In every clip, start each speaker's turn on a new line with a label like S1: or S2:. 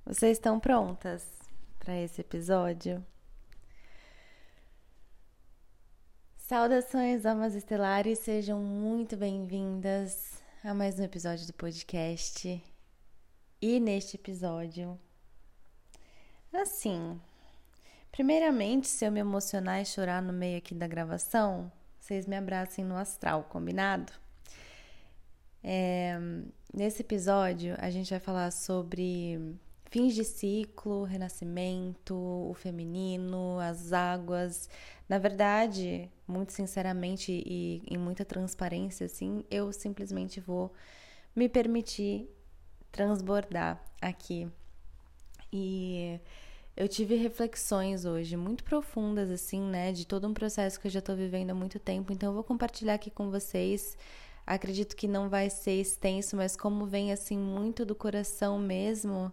S1: Vocês estão prontas para esse episódio? Saudações, almas estelares, sejam muito bem-vindas a mais um episódio do podcast. E neste episódio, primeiramente, se eu me emocionar e chorar no meio aqui da gravação, vocês me abracem no astral, combinado? Nesse episódio, a gente vai falar sobre fins de ciclo, renascimento, o feminino, as águas. Na verdade, muito sinceramente e em muita transparência, assim, eu simplesmente vou me permitir transbordar aqui. E eu tive reflexões hoje muito profundas, assim, né, de todo um processo que eu já tô vivendo há muito tempo. Então eu vou compartilhar aqui com vocês. Acredito que não vai ser extenso, mas como vem, assim, muito do coração mesmo.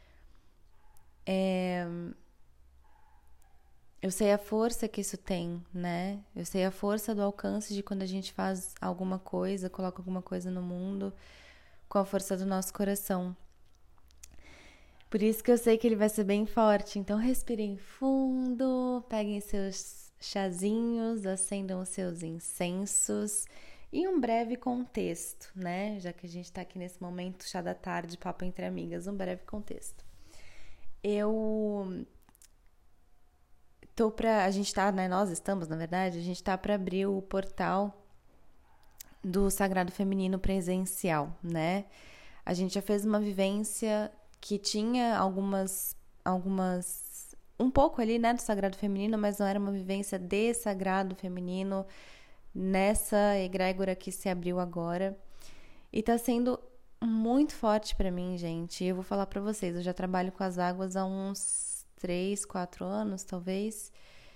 S1: Eu sei a força que isso tem, né? Eu sei a força do alcance de quando a gente faz alguma coisa, coloca alguma coisa no mundo com a força do nosso coração. Por isso que eu sei que ele vai ser bem forte. Então respirem fundo, peguem seus chazinhos, acendam os seus incensos e um breve contexto, né? Já que a gente tá aqui nesse momento, chá da tarde, papo entre amigas, um breve contexto. Nós estamos, na verdade, a gente tá para abrir o portal do Sagrado Feminino presencial, né? A gente já fez uma vivência que tinha algumas um pouco ali, né, do Sagrado Feminino, mas não era uma vivência de Sagrado Feminino nessa egrégora que se abriu agora. E tá sendo muito forte pra mim, gente. Eu vou falar pra vocês, eu já trabalho com as águas há uns 3, 4 anos, talvez.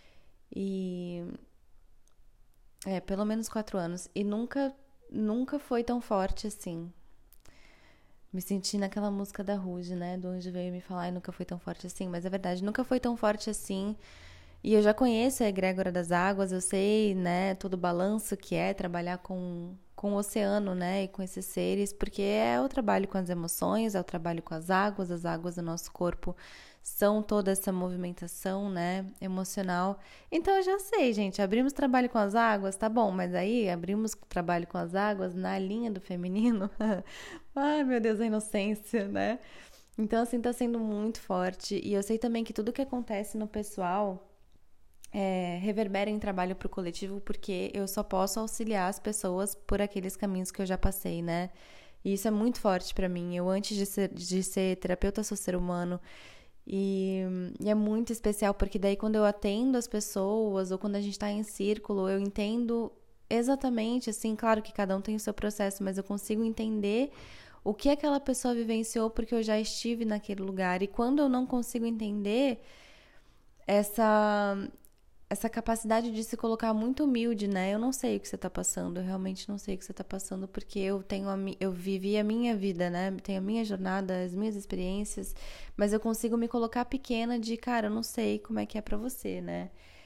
S1: Pelo menos 4 anos. E nunca foi tão forte assim. Me senti naquela música da Ruge, né? Do Anjo Veio Me Falar e nunca foi tão forte assim. Mas é verdade, nunca foi tão forte assim. E eu já conheço a egrégora das águas, eu sei, né, todo o balanço que é trabalhar com o oceano, né, e com esses seres, porque é o trabalho com as emoções, é o trabalho com as águas do nosso corpo são toda essa movimentação, né, emocional. Então eu já sei, gente, abrimos trabalho com as águas, tá bom, mas aí abrimos trabalho com as águas na linha do feminino. Ai, meu Deus, a inocência, né? Então, assim, tá sendo muito forte. E eu sei também que tudo que acontece no pessoal reverbera em trabalho pro coletivo, porque eu só posso auxiliar as pessoas por aqueles caminhos que eu já passei, né? E isso é muito forte pra mim. Eu, antes de ser terapeuta, sou ser humano. E é muito especial, porque daí quando eu atendo as pessoas, ou quando a gente tá em círculo, eu entendo exatamente, assim, claro que cada um tem o seu processo, mas eu consigo entender o que aquela pessoa vivenciou, porque eu já estive naquele lugar. E quando eu não consigo entender essa essa capacidade de se colocar muito humilde, né? Eu não sei o que você tá passando, eu realmente não sei o que você tá passando, porque eu vivi a minha vida, né? Tenho a minha jornada, as minhas experiências, mas eu consigo me colocar pequena de, cara, eu não sei como é que é pra você, né?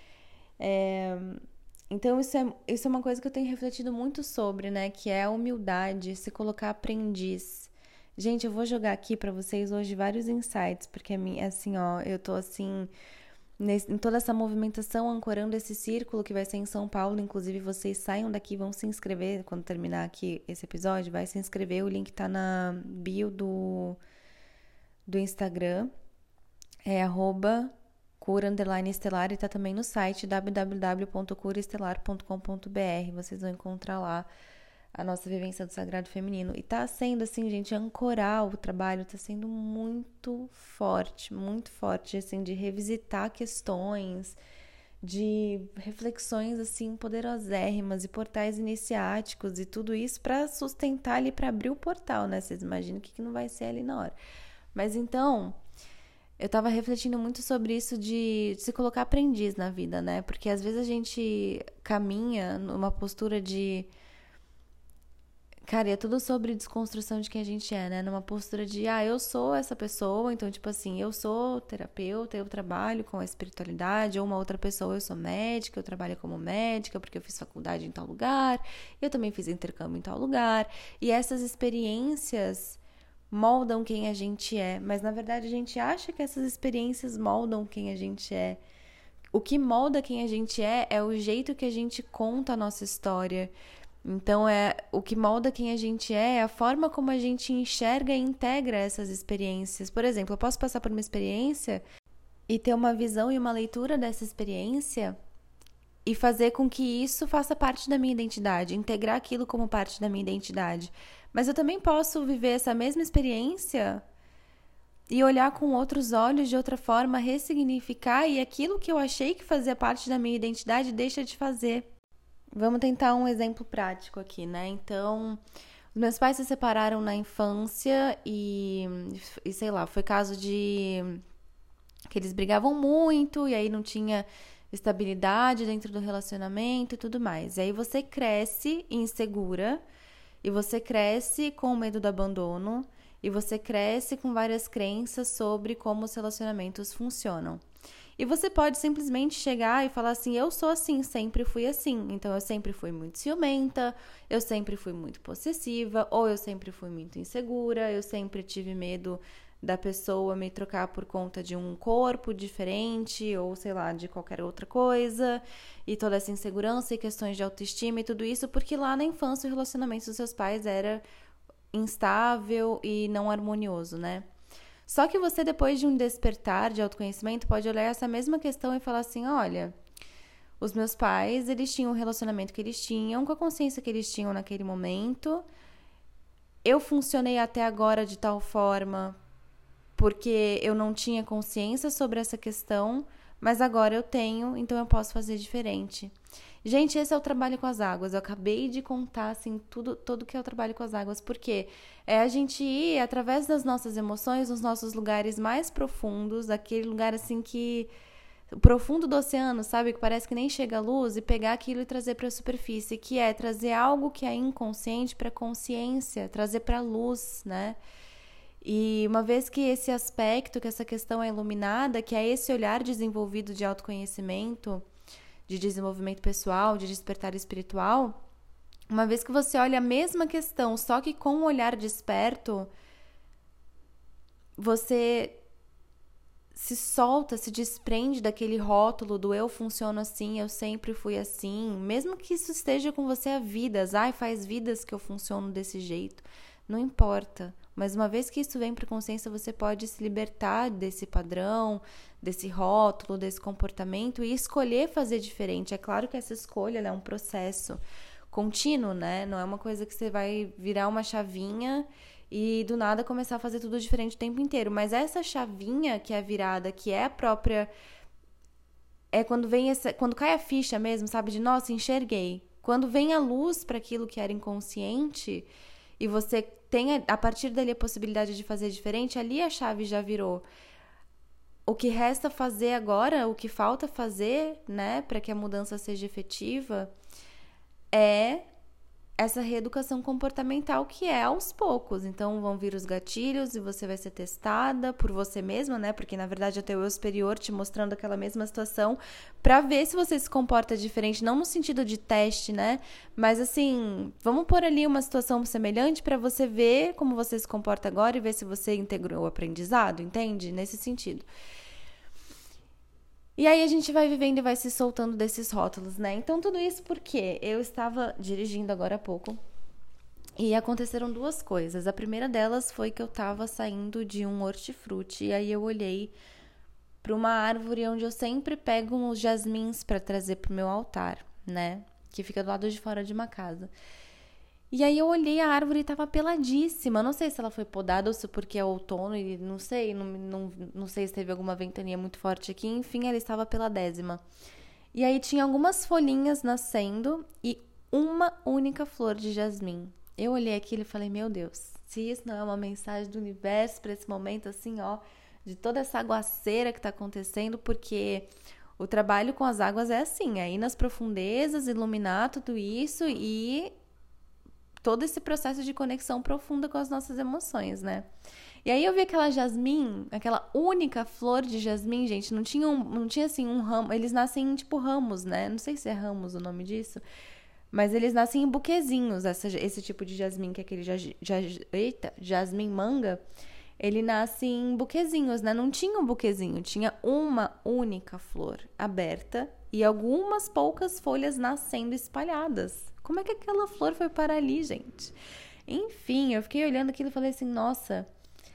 S1: Então isso é uma coisa que eu tenho refletido muito sobre, né? Que é a humildade, se colocar aprendiz. Gente, eu vou jogar aqui pra vocês hoje vários insights, porque assim, ó, eu tô assim em toda essa movimentação, ancorando esse círculo que vai ser em São Paulo. Inclusive, vocês saiam daqui, vão se inscrever. Quando terminar aqui esse episódio, vai se inscrever. O link tá na bio do Instagram. É @cura_estelar e tá também no site www.curaestelar.com.br. Vocês vão encontrar lá a nossa vivência do Sagrado Feminino. E tá sendo, assim, gente, ancorar o trabalho, tá sendo muito forte, assim, de revisitar questões, de reflexões, assim, poderosérrimas e portais iniciáticos e tudo isso pra sustentar ali, pra abrir o portal, né? Vocês imaginam o que não vai ser ali na hora. Mas então, eu tava refletindo muito sobre isso de se colocar aprendiz na vida, né? Porque às vezes a gente caminha numa postura de... Cara, e é tudo sobre desconstrução de quem a gente é, né? Numa postura de, eu sou essa pessoa, então, tipo assim, eu sou terapeuta, eu trabalho com a espiritualidade, ou uma outra pessoa, eu sou médica, eu trabalho como médica, porque eu fiz faculdade em tal lugar, eu também fiz intercâmbio em tal lugar. E essas experiências moldam quem a gente é, mas na verdade a gente acha que essas experiências moldam quem a gente é. O que molda quem a gente é o jeito que a gente conta a nossa história. Então, o que molda quem a gente é a forma como a gente enxerga e integra essas experiências. Por exemplo, eu posso passar por uma experiência e ter uma visão e uma leitura dessa experiência e fazer com que isso faça parte da minha identidade, integrar aquilo como parte da minha identidade. Mas eu também posso viver essa mesma experiência e olhar com outros olhos, de outra forma, ressignificar, e aquilo que eu achei que fazia parte da minha identidade deixa de fazer. Vamos tentar um exemplo prático aqui, né? Então, os meus pais se separaram na infância e sei lá, foi caso de que eles brigavam muito e aí não tinha estabilidade dentro do relacionamento e tudo mais. E aí você cresce insegura e você cresce com medo do abandono e você cresce com várias crenças sobre como os relacionamentos funcionam. E você pode simplesmente chegar e falar assim, eu sou assim, sempre fui assim. Então, eu sempre fui muito ciumenta, eu sempre fui muito possessiva, ou eu sempre fui muito insegura, eu sempre tive medo da pessoa me trocar por conta de um corpo diferente, ou sei lá, de qualquer outra coisa. E toda essa insegurança e questões de autoestima e tudo isso, porque lá na infância o relacionamento dos seus pais era instável e não harmonioso, né? Só que você, depois de um despertar de autoconhecimento, pode olhar essa mesma questão e falar assim, olha, os meus pais, eles tinham o relacionamento que eles tinham, com a consciência que eles tinham naquele momento. Eu funcionei até agora de tal forma porque eu não tinha consciência sobre essa questão, mas agora eu tenho, então eu posso fazer diferente. Gente, esse é o trabalho com as águas. Eu acabei de contar, assim, todo que é o trabalho com as águas, porque é a gente ir, através das nossas emoções, nos nossos lugares mais profundos, aquele lugar, assim, que... o profundo do oceano, sabe? Que parece que nem chega a luz, e pegar aquilo e trazer para a superfície, que é trazer algo que é inconsciente para consciência, trazer para a luz, né? E uma vez que esse aspecto, que essa questão é iluminada, que é esse olhar desenvolvido de autoconhecimento, de desenvolvimento pessoal, de despertar espiritual, uma vez que você olha a mesma questão, só que com um olhar desperto, você se solta, se desprende daquele rótulo do eu funciono assim, eu sempre fui assim, mesmo que isso esteja com você há vidas, faz vidas que eu funciono desse jeito, não importa. Mas uma vez que isso vem para a consciência, você pode se libertar desse padrão, desse rótulo, desse comportamento e escolher fazer diferente. É claro que essa escolha é um processo contínuo, né? Não é uma coisa que você vai virar uma chavinha e do nada começar a fazer tudo diferente o tempo inteiro. Mas essa chavinha que é a virada, que é a própria... é quando cai a ficha mesmo, sabe? De, nossa, enxerguei. Quando vem a luz para aquilo que era inconsciente... e você tem, a partir dali, a possibilidade de fazer diferente, ali a chave já virou. O que resta fazer agora, o que falta fazer, né, para que a mudança seja efetiva, é essa reeducação comportamental, que é aos poucos. Então, vão vir os gatilhos e você vai ser testada por você mesma, né? Porque, na verdade, é o teu eu superior te mostrando aquela mesma situação pra ver se você se comporta diferente, não no sentido de teste, né? Mas, assim, vamos pôr ali uma situação semelhante pra você ver como você se comporta agora e ver se você integrou o aprendizado, entende? Nesse sentido. E aí a gente vai vivendo e vai se soltando desses rótulos, né? Então, tudo isso porque eu estava dirigindo agora há pouco e aconteceram duas coisas. A primeira delas foi que eu estava saindo de um hortifruti e aí eu olhei para uma árvore onde eu sempre pego os jasmins para trazer pro meu altar, né? Que fica do lado de fora de uma casa. E aí eu olhei a árvore e tava peladíssima. Não sei se ela foi podada ou se porque é outono e não sei, não sei se teve alguma ventania muito forte aqui. Enfim, ela estava peladésima. E aí tinha algumas folhinhas nascendo e uma única flor de jasmim. Eu olhei aquilo e falei, meu Deus, se isso não é uma mensagem do universo para esse momento assim, ó, de toda essa aguaceira que tá acontecendo, porque o trabalho com as águas é assim, é ir nas profundezas, iluminar tudo isso e todo esse processo de conexão profunda com as nossas emoções, né? E aí eu vi aquela jasmim, aquela única flor de jasmim, gente, não tinha assim um ramo, eles nascem tipo ramos, né? Não sei se é ramos o nome disso, Mas eles nascem em buquezinhos, esse tipo de jasmim, que é aquele jasmim manga, ele nasce em buquezinhos, né? Não tinha um buquezinho, tinha uma única flor aberta e algumas poucas folhas nascendo espalhadas. Como é que aquela flor foi parar ali, gente? Enfim, eu fiquei olhando aquilo e falei assim, nossa,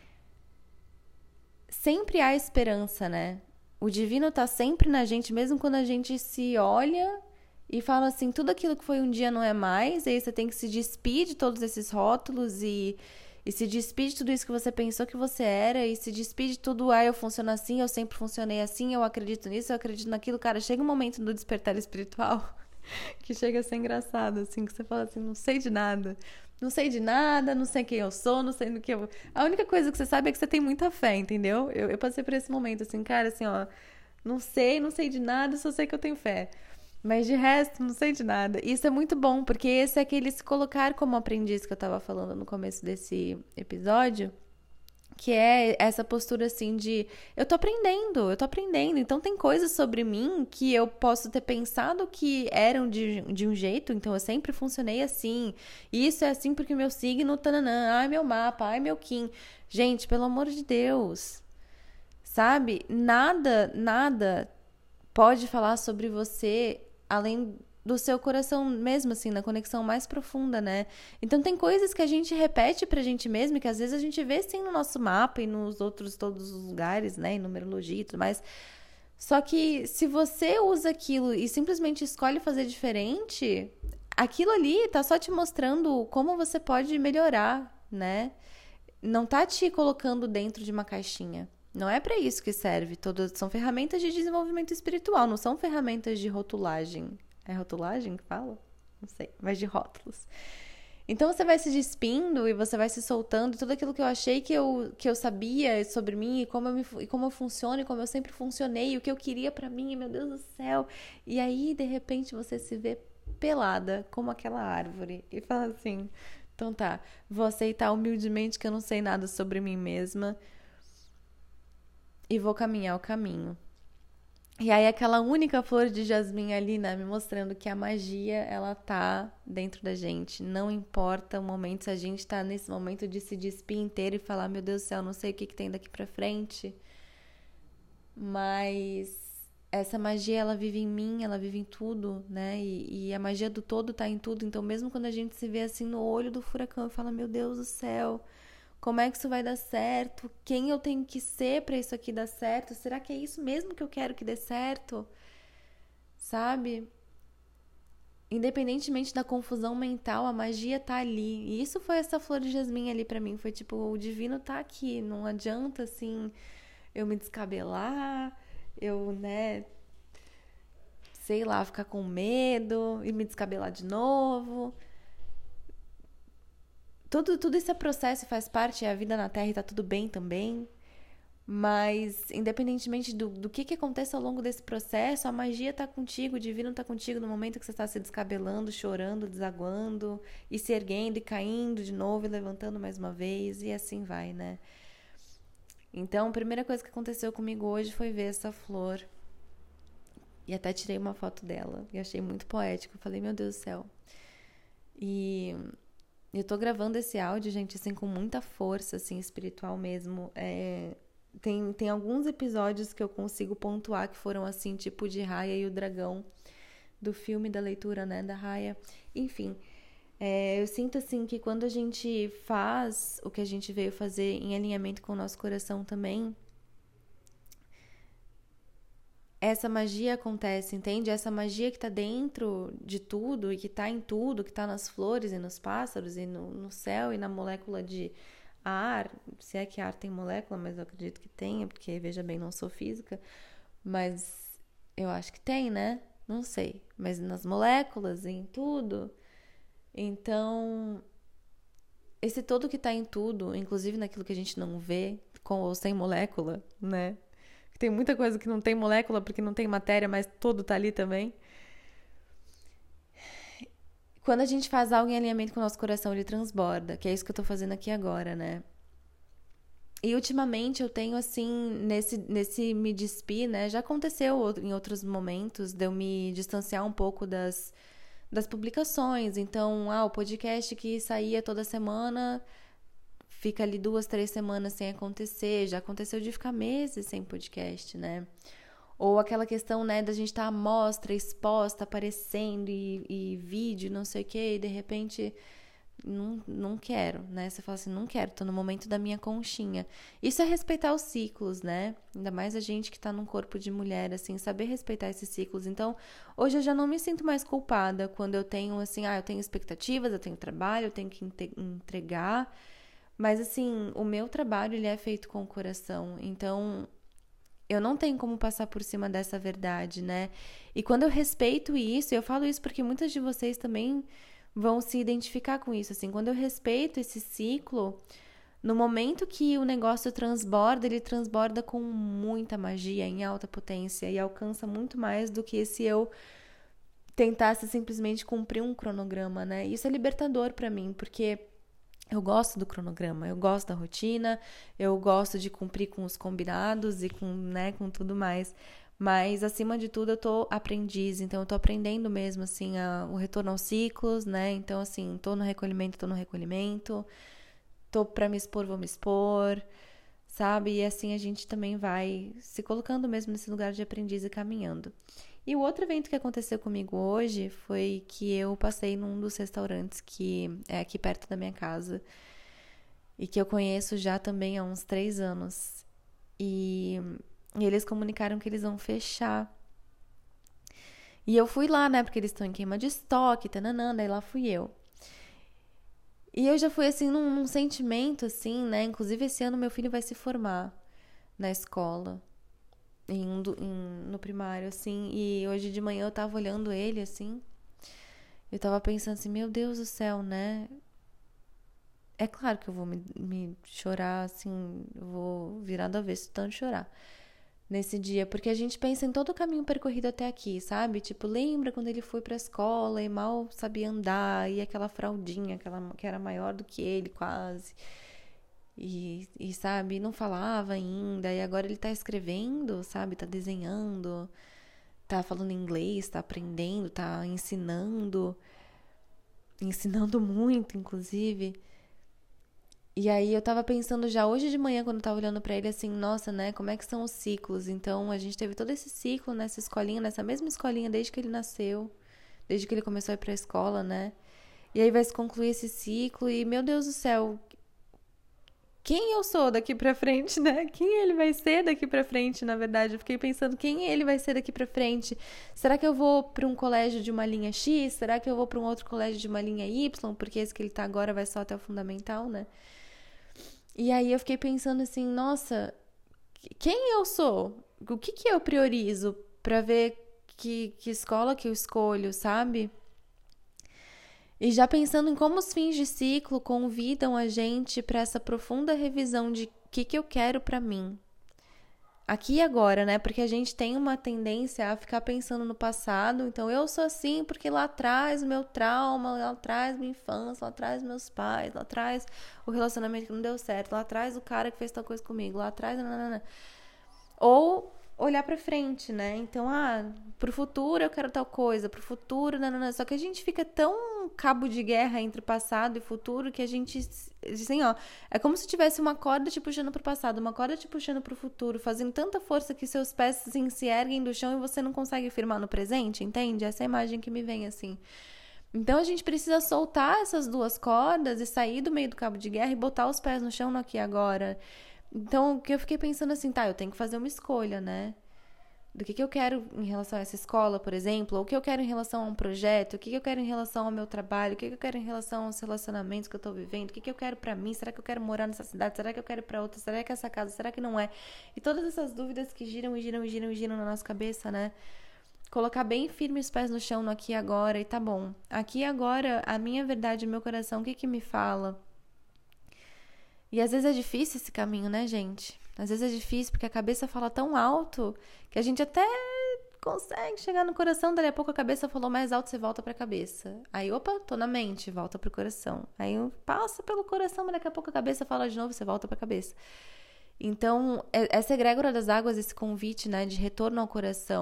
S1: sempre há esperança, né? O divino tá sempre na gente, mesmo quando a gente se olha e fala assim, tudo aquilo que foi um dia não é mais, e aí você tem que se despir de todos esses rótulos e se despir de tudo isso que você pensou que você era, e se despir de tudo, eu funciono assim, eu sempre funcionei assim, eu acredito nisso, eu acredito naquilo. Cara, chega um momento do despertar espiritual que chega a ser engraçado, assim, que você fala assim, não sei de nada. Não sei de nada, não sei quem eu sou, não sei do que eu... A única coisa que você sabe é que você tem muita fé, entendeu? Eu passei por esse momento, assim, cara, assim, ó... Não sei de nada, só sei que eu tenho fé. Mas de resto, não sei de nada. E isso é muito bom, porque esse é aquele se colocar como aprendiz que eu tava falando no começo desse episódio, que é essa postura assim de eu tô aprendendo. Então tem coisas sobre mim que eu posso ter pensado que eram de um jeito, então eu sempre funcionei assim. E isso é assim porque meu signo, tananã, ai meu mapa, ai meu Kim. Gente, pelo amor de Deus, sabe? Nada pode falar sobre você além do seu coração mesmo, assim, na conexão mais profunda, né? Então tem coisas que a gente repete pra gente mesmo e que às vezes a gente vê sim no nosso mapa e nos outros todos os lugares, né? Em numerologia e tudo mais. Só que se você usa aquilo e simplesmente escolhe fazer diferente, aquilo ali tá só te mostrando como você pode melhorar, né? Não tá te colocando dentro de uma caixinha. Não é para isso que serve. Todas são ferramentas de desenvolvimento espiritual, não são ferramentas de rotulagem. É rotulagem que fala? Não sei, mas de rótulos. Então você vai se despindo e você vai se soltando, e tudo aquilo que eu achei que eu sabia sobre mim e como eu funciono e como eu sempre funcionei, e o que eu queria pra mim, e meu Deus do céu. E aí, de repente, você se vê pelada como aquela árvore e fala assim: então tá, vou aceitar humildemente que eu não sei nada sobre mim mesma e vou caminhar o caminho. E aí aquela única flor de jasmim ali, né, me mostrando que a magia, ela tá dentro da gente. Não importa o momento, se a gente tá nesse momento de se despir inteiro e falar, meu Deus do céu, não sei o que tem daqui pra frente. Mas essa magia, ela vive em mim, ela vive em tudo, né? E a magia do todo tá em tudo. Então mesmo quando a gente se vê assim no olho do furacão e fala, meu Deus do céu, como é que isso vai dar certo? Quem eu tenho que ser para isso aqui dar certo? Será que é isso mesmo que eu quero que dê certo? Sabe? Independentemente da confusão mental, a magia tá ali. E isso foi essa flor de jasmim ali para mim. Foi tipo, o divino tá aqui. Não adianta, assim, eu me descabelar, eu, né, sei lá, ficar com medo e me descabelar de novo. Tudo isso é processo e faz parte, é a vida na Terra e tá tudo bem também. Mas, independentemente do que aconteça ao longo desse processo, a magia tá contigo, o divino tá contigo no momento que você está se descabelando, chorando, desaguando, e se erguendo e caindo de novo e levantando mais uma vez, e assim vai, né? Então, a primeira coisa que aconteceu comigo hoje foi ver essa flor. E até tirei uma foto dela, e achei muito poético. Eu falei, meu Deus do céu. E eu tô gravando esse áudio, gente, assim, com muita força, assim, espiritual mesmo. Tem alguns episódios que eu consigo pontuar que foram, assim, tipo de Raya e o Dragão, do filme da leitura, né, da Raya. Enfim, eu sinto, assim, que quando a gente faz o que a gente veio fazer em alinhamento com o nosso coração também, essa magia acontece, entende? Essa magia que tá dentro de tudo e que tá em tudo, que tá nas flores e nos pássaros e no céu e na molécula de ar, se é que ar tem molécula, mas eu acredito que tenha, porque, veja bem, não sou física, mas eu acho que tem, né? Não sei, mas nas moléculas e em tudo. Então, esse todo que tá em tudo, inclusive naquilo que a gente não vê, com ou sem molécula, né? Tem muita coisa que não tem molécula porque não tem matéria, mas tudo tá ali também. Quando a gente faz algo em alinhamento com o nosso coração, ele transborda, que é isso que eu tô fazendo aqui agora, né? E ultimamente eu tenho, assim, nesse me despir, né? Já aconteceu em outros momentos de eu me distanciar um pouco das publicações. Então, o podcast que saía toda semana fica ali 2, 3 semanas sem acontecer. Já aconteceu de ficar meses sem podcast, né? Ou aquela questão, né, da gente estar à mostra, exposta, aparecendo e vídeo, não sei o quê, e de repente não quero, né? Você fala assim, não quero, tô no momento da minha conchinha. Isso é respeitar os ciclos, né? Ainda mais a gente que tá num corpo de mulher, assim, saber respeitar esses ciclos. Então, hoje eu já não me sinto mais culpada quando eu tenho, assim, eu tenho expectativas, eu tenho trabalho, eu tenho que entregar. Mas, assim, o meu trabalho, ele é feito com o coração. Então, eu não tenho como passar por cima dessa verdade, né? E quando eu respeito isso, eu falo isso porque muitas de vocês também vão se identificar com isso, assim, quando eu respeito esse ciclo, no momento que o negócio transborda, ele transborda com muita magia, em alta potência, e alcança muito mais do que se eu tentasse simplesmente cumprir um cronograma, né? Isso é libertador pra mim, porque eu gosto do cronograma, eu gosto da rotina, eu gosto de cumprir com os combinados e com tudo mais. Mas, acima de tudo, eu tô aprendiz, então eu tô aprendendo mesmo, assim, o retorno aos ciclos, né? Então, assim, tô no recolhimento, tô pra me expor, vou me expor, sabe? E assim a gente também vai se colocando mesmo nesse lugar de aprendiz e caminhando. E o outro evento que aconteceu comigo hoje foi que eu passei num dos restaurantes que é aqui perto da minha casa e que eu conheço já também há uns 3 anos. E eles comunicaram que eles vão fechar. E eu fui lá, né? Porque eles estão em queima de estoque, tananã, daí lá fui eu. E eu já fui, assim, num sentimento, assim, né? Inclusive, esse ano meu filho vai se formar na escola, no primário, assim. E hoje de manhã eu tava olhando ele, assim. Eu tava pensando assim, meu Deus do céu, né? É claro que eu vou me chorar, assim, eu vou virar do avesso, tanto chorar nesse dia, porque a gente pensa em todo o caminho percorrido até aqui, sabe? Tipo, lembra quando ele foi pra escola e mal sabia andar, e aquela fraldinha, que era maior do que ele, quase. Sabe, não falava ainda, e agora ele tá escrevendo, sabe? Tá desenhando, tá falando inglês, tá aprendendo, tá ensinando muito, inclusive. E aí eu tava pensando já hoje de manhã, quando eu tava olhando pra ele, assim, nossa, né, como é que são os ciclos? Então, a gente teve todo esse ciclo nessa escolinha, nessa mesma escolinha, desde que ele nasceu, desde que ele começou a ir pra escola, né? E aí vai se concluir esse ciclo e, meu Deus do céu, quem eu sou daqui pra frente, né? Quem ele vai ser daqui pra frente, na verdade? Eu fiquei pensando, quem ele vai ser daqui pra frente? Será que eu vou pra um colégio de uma linha X? Será que eu vou pra um outro colégio de uma linha Y? Porque esse que ele tá agora vai só até o fundamental, né? E aí eu fiquei pensando assim, nossa, quem eu sou? O que eu priorizo pra ver que escola que eu escolho, sabe? E já pensando em como os fins de ciclo convidam a gente para essa profunda revisão de o que eu quero pra mim. Aqui e agora, né? Porque a gente tem uma tendência a ficar pensando no passado. Então, eu sou assim porque lá atrás o meu trauma, lá atrás minha infância, lá atrás meus pais, lá atrás o relacionamento que não deu certo, lá atrás o cara que fez tal coisa comigo, lá atrás... Nanana. Ou olhar pra frente, né? Então, pro futuro eu quero tal coisa, pro futuro... Nanana. Só que a gente fica tão cabo de guerra entre passado e futuro que a gente, assim, ó, é como se tivesse uma corda te puxando pro passado, uma corda te puxando pro futuro, fazendo tanta força que seus pés, assim, se erguem do chão e você não consegue firmar no presente, entende? Essa é a imagem que me vem, assim. Então a gente precisa soltar essas duas cordas e sair do meio do cabo de guerra e botar os pés no chão no aqui e agora. Então, o que eu fiquei pensando assim, tá, eu tenho que fazer uma escolha, né? Do que eu quero em relação a essa escola, por exemplo, ou o que eu quero em relação a um projeto, o que eu quero em relação ao meu trabalho, o que eu quero em relação aos relacionamentos que eu tô vivendo, o que eu quero pra mim, será que eu quero morar nessa cidade, será que eu quero ir pra outra, será que é essa casa, será que não é? E todas essas dúvidas que giram e giram e giram e giram na nossa cabeça, né? Colocar bem firme os pés no chão no aqui e agora, e tá bom. Aqui e agora, a minha verdade, o meu coração, o que me fala? E às vezes é difícil esse caminho, né, gente? Às vezes é difícil porque a cabeça fala tão alto que a gente até consegue chegar no coração, dali a pouco a cabeça falou mais alto, você volta pra cabeça. Aí, opa, tô na mente, volta pro coração. Aí passa pelo coração, mas daqui a pouco a cabeça fala de novo, você volta pra cabeça. Então, essa egrégora das águas, esse convite, né, de retorno ao coração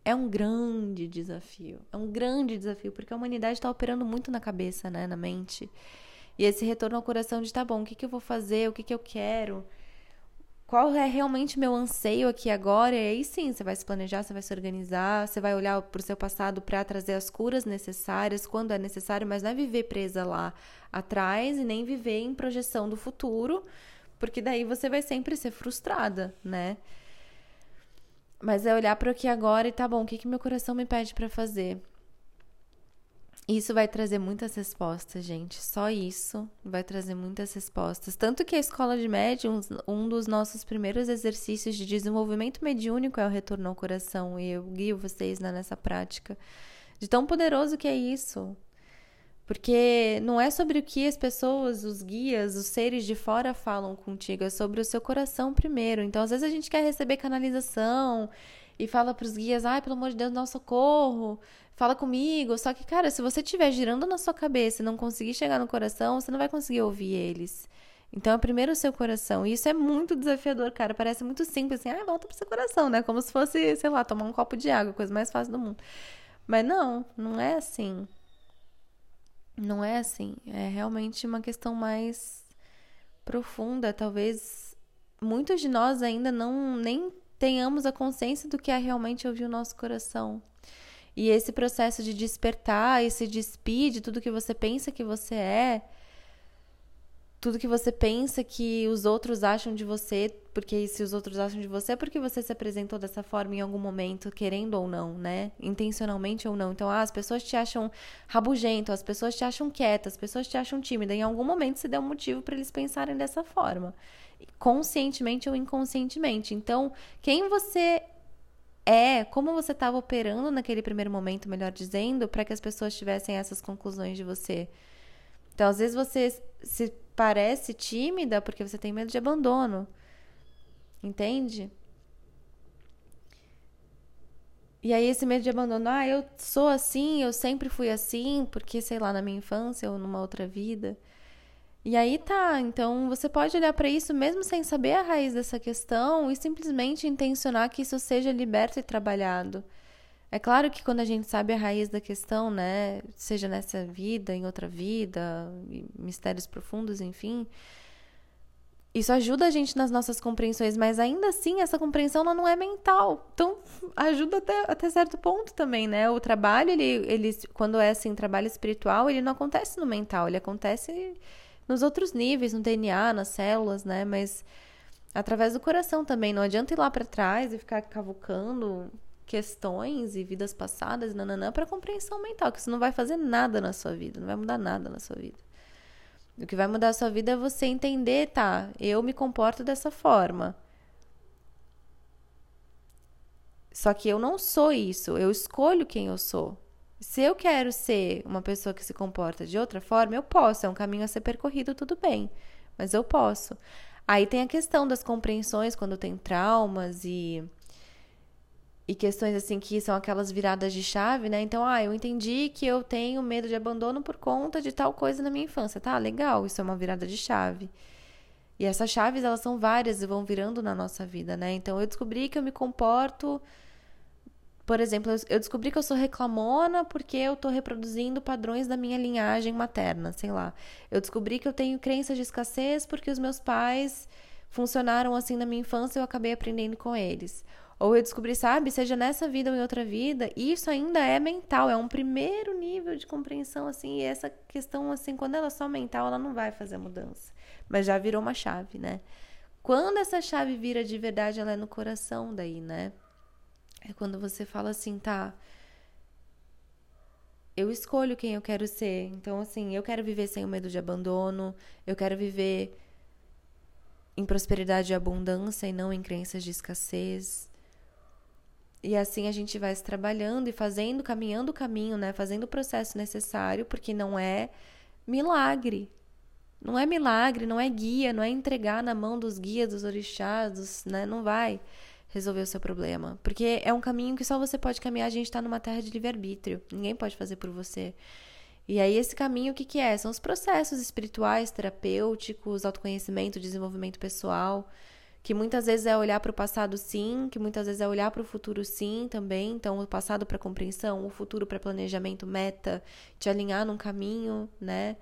S1: É um grande desafio. É um grande desafio, porque a humanidade está operando muito na cabeça, né? Na mente. E esse retorno ao coração de, tá bom, o que que eu vou fazer? O que que eu quero? Qual é realmente meu anseio aqui agora? E aí sim, você vai se planejar, você vai se organizar, você vai olhar para o seu passado para trazer as curas necessárias, quando é necessário, mas não é viver presa lá atrás e nem viver em projeção do futuro, porque daí você vai sempre ser frustrada, né? Mas é olhar para o que agora e tá bom, o que que meu coração me pede para fazer? Isso vai trazer muitas respostas, gente. Só isso vai trazer muitas respostas. Tanto que a escola de médiums, um dos nossos primeiros exercícios de desenvolvimento mediúnico é o retorno ao coração. E eu guio vocês, né, nessa prática. De tão poderoso que é isso. Porque não é sobre o que as pessoas, os guias, os seres de fora falam contigo. É sobre o seu coração primeiro. Então, às vezes a gente quer receber canalização e fala pros guias, ai, pelo amor de Deus, dá um socorro, fala comigo. Só que, cara, se você estiver girando na sua cabeça e não conseguir chegar no coração, você não vai conseguir ouvir eles. Então, é primeiro o seu coração. E isso é muito desafiador, cara. Parece muito simples, assim, ai, volta pro seu coração, né? Como se fosse, sei lá, tomar um copo de água, coisa mais fácil do mundo. Mas não, não é assim. Não é assim. É realmente uma questão mais profunda. Talvez muitos de nós ainda não nem tenhamos a consciência do que é realmente ouvir o nosso coração. E esse processo de despertar, esse despir de tudo que você pensa que você é, tudo que você pensa que os outros acham de você, porque se os outros acham de você é porque você se apresentou dessa forma em algum momento, querendo ou não, né? Intencionalmente ou não. Então, as pessoas te acham rabugento, as pessoas te acham quieta, as pessoas te acham tímida. Em algum momento você deu um motivo para eles pensarem dessa forma, conscientemente ou inconscientemente. Então, quem você como você estava operando naquele primeiro momento, melhor dizendo, para que as pessoas tivessem essas conclusões de você. Então, às vezes você se parece tímida porque você tem medo de abandono. Entende? E aí esse medo de abandono, eu sou assim, eu sempre fui assim, porque, sei lá, na minha infância ou numa outra vida. E aí tá, então você pode olhar para isso mesmo sem saber a raiz dessa questão e simplesmente intencionar que isso seja liberto e trabalhado. É claro que quando a gente sabe a raiz da questão, né, seja nessa vida, em outra vida, mistérios profundos, enfim, isso ajuda a gente nas nossas compreensões, mas ainda assim essa compreensão ela não é mental. Então ajuda até certo ponto também, né? O trabalho, ele quando é assim, trabalho espiritual, ele não acontece no mental, ele acontece nos outros níveis, no DNA, nas células, né? Mas através do coração também. Não adianta ir lá para trás e ficar cavucando questões e vidas passadas, nananã, para compreensão mental, que isso não vai fazer nada na sua vida, não vai mudar nada na sua vida. O que vai mudar a sua vida é você entender, tá, eu me comporto dessa forma. Só que eu não sou isso, eu escolho quem eu sou. Se eu quero ser uma pessoa que se comporta de outra forma, eu posso, é um caminho a ser percorrido, tudo bem, mas eu posso. Aí tem a questão das compreensões, quando tem traumas e questões assim que são aquelas viradas de chave, né? Então, eu entendi que eu tenho medo de abandono por conta de tal coisa na minha infância. Tá, legal, isso é uma virada de chave. E essas chaves, elas são várias e vão virando na nossa vida, né? Então, eu descobri que eu me comporto... Por exemplo, eu descobri que eu sou reclamona porque eu tô reproduzindo padrões da minha linhagem materna, sei lá. Eu descobri que eu tenho crenças de escassez porque os meus pais funcionaram assim na minha infância e eu acabei aprendendo com eles. Ou eu descobri, sabe, seja nessa vida ou em outra vida, isso ainda é mental, é um primeiro nível de compreensão, assim, e essa questão, assim, quando ela é só mental, ela não vai fazer a mudança. Mas já virou uma chave, né? Quando essa chave vira de verdade, ela é no coração daí, né? É quando você fala assim, tá, eu escolho quem eu quero ser. Então, assim, eu quero viver sem o medo de abandono, eu quero viver em prosperidade e abundância e não em crenças de escassez. E assim a gente vai se trabalhando e fazendo, caminhando o caminho, né? Fazendo o processo necessário, porque não é milagre. Não é milagre, não é guia, não é entregar na mão dos guias, dos orixás, né? Não vai resolver o seu problema. Porque é um caminho que só você pode caminhar, a gente tá numa terra de livre-arbítrio. Ninguém pode fazer por você. E aí esse caminho, o que é? São os processos espirituais, terapêuticos, autoconhecimento, desenvolvimento pessoal, que muitas vezes é olhar para o passado sim, que muitas vezes é olhar para o futuro sim também. Então, o passado para compreensão, o futuro para planejamento, meta, te alinhar num caminho, né?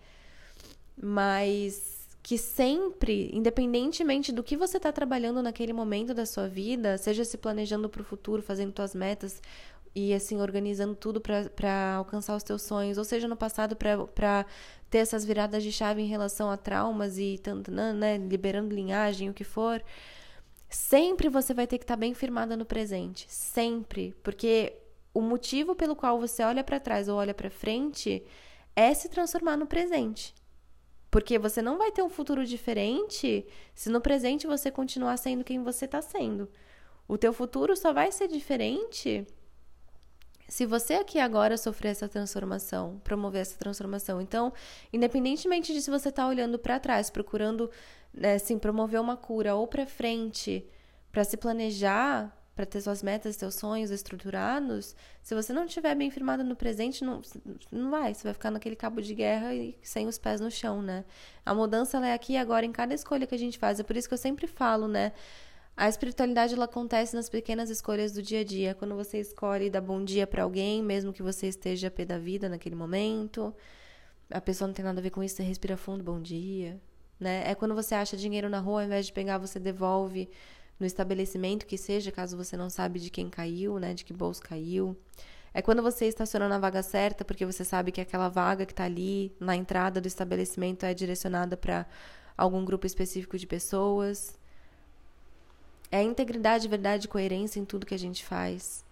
S1: Mas que sempre, independentemente do que você está trabalhando naquele momento da sua vida, seja se planejando para o futuro, fazendo suas metas e assim organizando tudo para alcançar os teus sonhos, ou seja, no passado para ter essas viradas de chave em relação a traumas e tanto, né, liberando linhagem, o que for, sempre você vai ter que estar bem firmada no presente, sempre, porque o motivo pelo qual você olha para trás ou olha para frente é se transformar no presente. Porque você não vai ter um futuro diferente se no presente você continuar sendo quem você está sendo. O teu futuro só vai ser diferente se você aqui agora sofrer essa transformação, promover essa transformação. Então, independentemente de se você está olhando para trás, procurando assim, promover uma cura ou para frente, para se planejar, para ter suas metas, seus sonhos estruturados, se você não estiver bem firmado no presente, não vai. Você vai ficar naquele cabo de guerra e sem os pés no chão, né? A mudança, ela é aqui e agora em cada escolha que a gente faz. É por isso que eu sempre falo, né? A espiritualidade, ela acontece nas pequenas escolhas do dia a dia. Quando você escolhe dar bom dia para alguém, mesmo que você esteja a pé da vida naquele momento, a pessoa não tem nada a ver com isso, você respira fundo, bom dia, né? É quando você acha dinheiro na rua, ao invés de pegar, você devolve no estabelecimento que seja, caso você não sabe de quem caiu, né, de que bolso caiu. É quando você estaciona na vaga certa, porque você sabe que aquela vaga que está ali na entrada do estabelecimento é direcionada para algum grupo específico de pessoas. É integridade, verdade e coerência em tudo que a gente faz.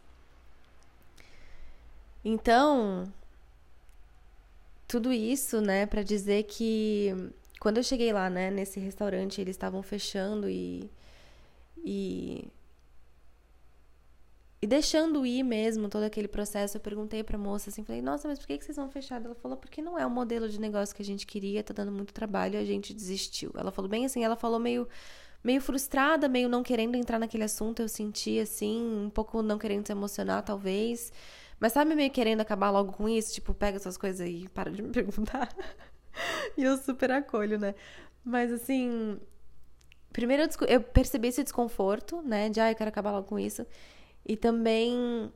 S1: Então, tudo isso, né, para dizer que quando eu cheguei lá, né, nesse restaurante, eles estavam fechando e deixando ir mesmo todo aquele processo, eu perguntei pra moça assim, falei, nossa, mas por que vocês vão fechar? Ela falou, porque não é o modelo de negócio que a gente queria, tá dando muito trabalho e a gente desistiu. Ela falou bem assim, ela falou meio frustrada, meio não querendo entrar naquele assunto, eu senti assim, um pouco não querendo se emocionar, talvez. Mas sabe, meio querendo acabar logo com isso, tipo, pega essas coisas aí e para de me perguntar. E eu super acolho, né? Mas assim, primeiro eu percebi esse desconforto, né? De, eu quero acabar logo com isso. E também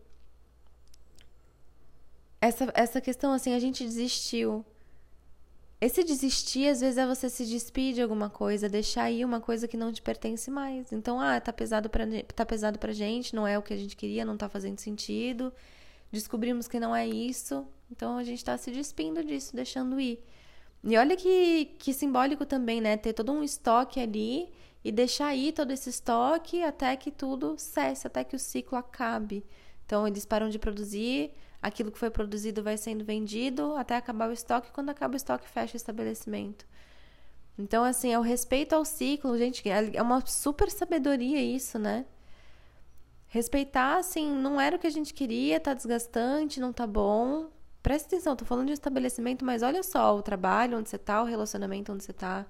S1: essa questão, assim, a gente desistiu. Esse desistir, às vezes, é você se despedir de alguma coisa, deixar ir uma coisa que não te pertence mais. Então, tá pesado pra gente, não é o que a gente queria, não tá fazendo sentido. Descobrimos que não é isso, então a gente tá se despindo disso, deixando ir. E olha que simbólico também, né? Ter todo um estoque ali e deixar ir todo esse estoque até que tudo cesse, até que o ciclo acabe. Então, eles param de produzir, aquilo que foi produzido vai sendo vendido até acabar o estoque. Quando acaba o estoque, fecha o estabelecimento. Então, assim, é o respeito ao ciclo, gente, é uma super sabedoria isso, né? Respeitar, assim, não era o que a gente queria, tá desgastante, não tá bom. Presta atenção, tô falando de estabelecimento, mas olha só o trabalho onde você tá, o relacionamento onde você tá.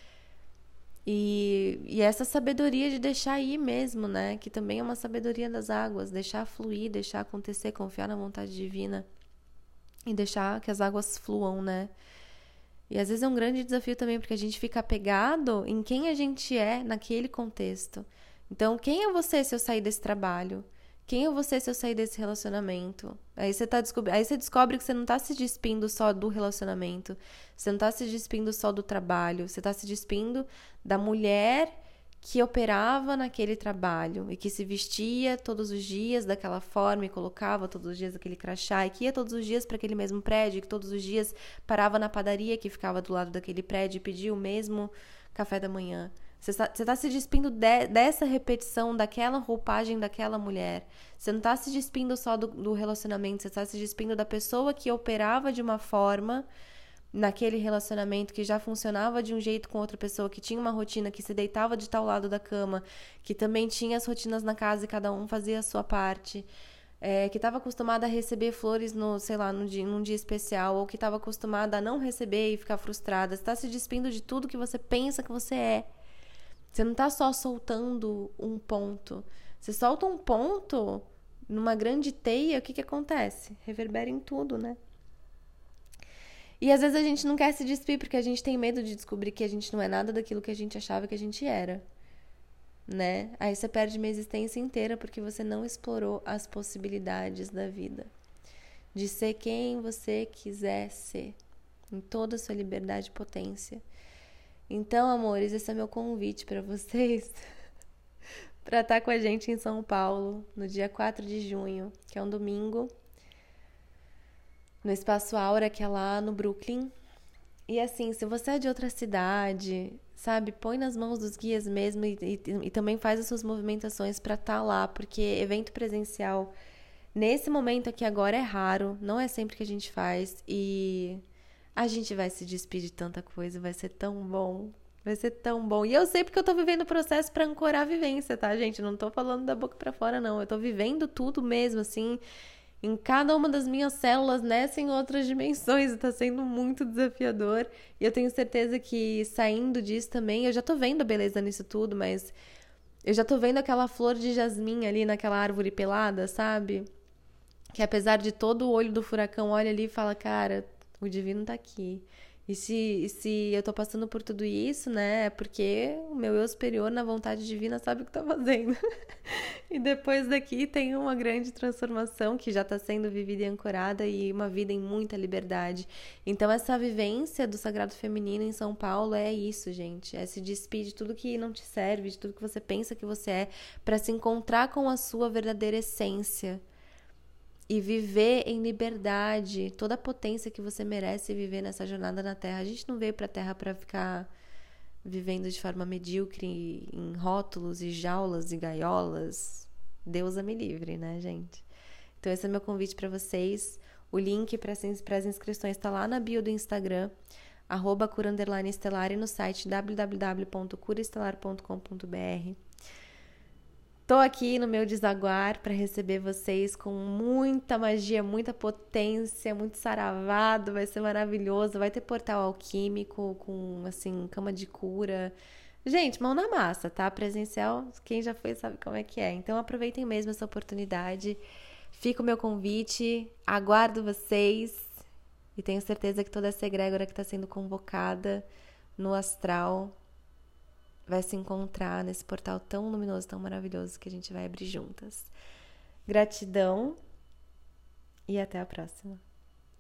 S1: E essa sabedoria de deixar ir mesmo, né? Que também é uma sabedoria das águas. Deixar fluir, deixar acontecer, confiar na vontade divina. E deixar que as águas fluam, né? E às vezes é um grande desafio também, porque a gente fica apegado em quem a gente é naquele contexto. Então, quem é você se eu sair desse trabalho? Quem é você se eu sair desse relacionamento? Aí você descobre que você não tá se despindo só do relacionamento. Você não tá se despindo só do trabalho. Você tá se despindo da mulher que operava naquele trabalho e que se vestia todos os dias daquela forma e colocava todos os dias aquele crachá e que ia todos os dias para aquele mesmo prédio, que todos os dias parava na padaria que ficava do lado daquele prédio e pedia o mesmo café da manhã. Você está se despindo dessa repetição, daquela roupagem daquela mulher. Você não está se despindo só do relacionamento, você está se despindo da pessoa que operava de uma forma naquele relacionamento, que já funcionava de um jeito com outra pessoa, que tinha uma rotina, que se deitava de tal lado da cama, que também tinha as rotinas na casa e cada um fazia a sua parte. Que estava acostumada a receber flores num dia especial, ou que estava acostumada a não receber e ficar frustrada. Você está se despindo de tudo que você pensa que você é. Você não tá só soltando um ponto. Você solta um ponto numa grande teia, o que acontece? Reverbera em tudo, né? E às vezes a gente não quer se despir porque a gente tem medo de descobrir que a gente não é nada daquilo que a gente achava que a gente era. né? Aí você perde uma existência inteira porque você não explorou as possibilidades da vida. De ser quem você quiser ser, em toda a sua liberdade e potência. Então, amores, esse é meu convite para vocês para estar com a gente em São Paulo no dia 4 de junho, que é um domingo, no Espaço Aura, que é lá no Brooklyn. E assim, se você é de outra cidade, sabe, põe nas mãos dos guias mesmo e também faz as suas movimentações para estar lá, porque evento presencial nesse momento aqui agora é raro, não é sempre que a gente faz e a gente vai se despedir de tanta coisa, vai ser tão bom. Vai ser tão bom. E eu sei porque eu tô vivendo o processo pra ancorar a vivência, tá, gente? Não tô falando da boca pra fora, não. Eu tô vivendo tudo mesmo, assim. Em cada uma das minhas células nessa em outras dimensões. E tá sendo muito desafiador. E eu tenho certeza que saindo disso também, eu já tô vendo a beleza nisso tudo, mas eu já tô vendo aquela flor de jasmim ali naquela árvore pelada, sabe? Que apesar de todo o olho do furacão, olha ali e fala, cara, o divino tá aqui. E se eu tô passando por tudo isso, né? É porque o meu eu superior, na vontade divina, sabe o que tá fazendo. E depois daqui tem uma grande transformação que já tá sendo vivida e ancorada e uma vida em muita liberdade. Então, essa vivência do Sagrado Feminino em São Paulo é isso, gente. É se despedir de tudo que não te serve, de tudo que você pensa que você é, pra se encontrar com a sua verdadeira essência. E viver em liberdade, toda a potência que você merece viver nessa jornada na Terra. A gente não veio pra Terra pra ficar vivendo de forma medíocre em rótulos e jaulas e gaiolas. Deusa me livre, né, gente? Então esse é meu convite pra vocês. O link para as inscrições está lá na bio do Instagram, @cura_estelar e no site www.curaestelar.com.br. Tô aqui no meu desaguar para receber vocês com muita magia, muita potência, muito saravado, vai ser maravilhoso. Vai ter portal alquímico com, assim, cama de cura. Gente, mão na massa, tá? Presencial, quem já foi sabe como é que é. Então aproveitem mesmo essa oportunidade. Fica o meu convite, aguardo vocês e tenho certeza que toda essa egrégora que está sendo convocada no astral vai se encontrar nesse portal tão luminoso, tão maravilhoso que a gente vai abrir juntas. Gratidão e até a próxima.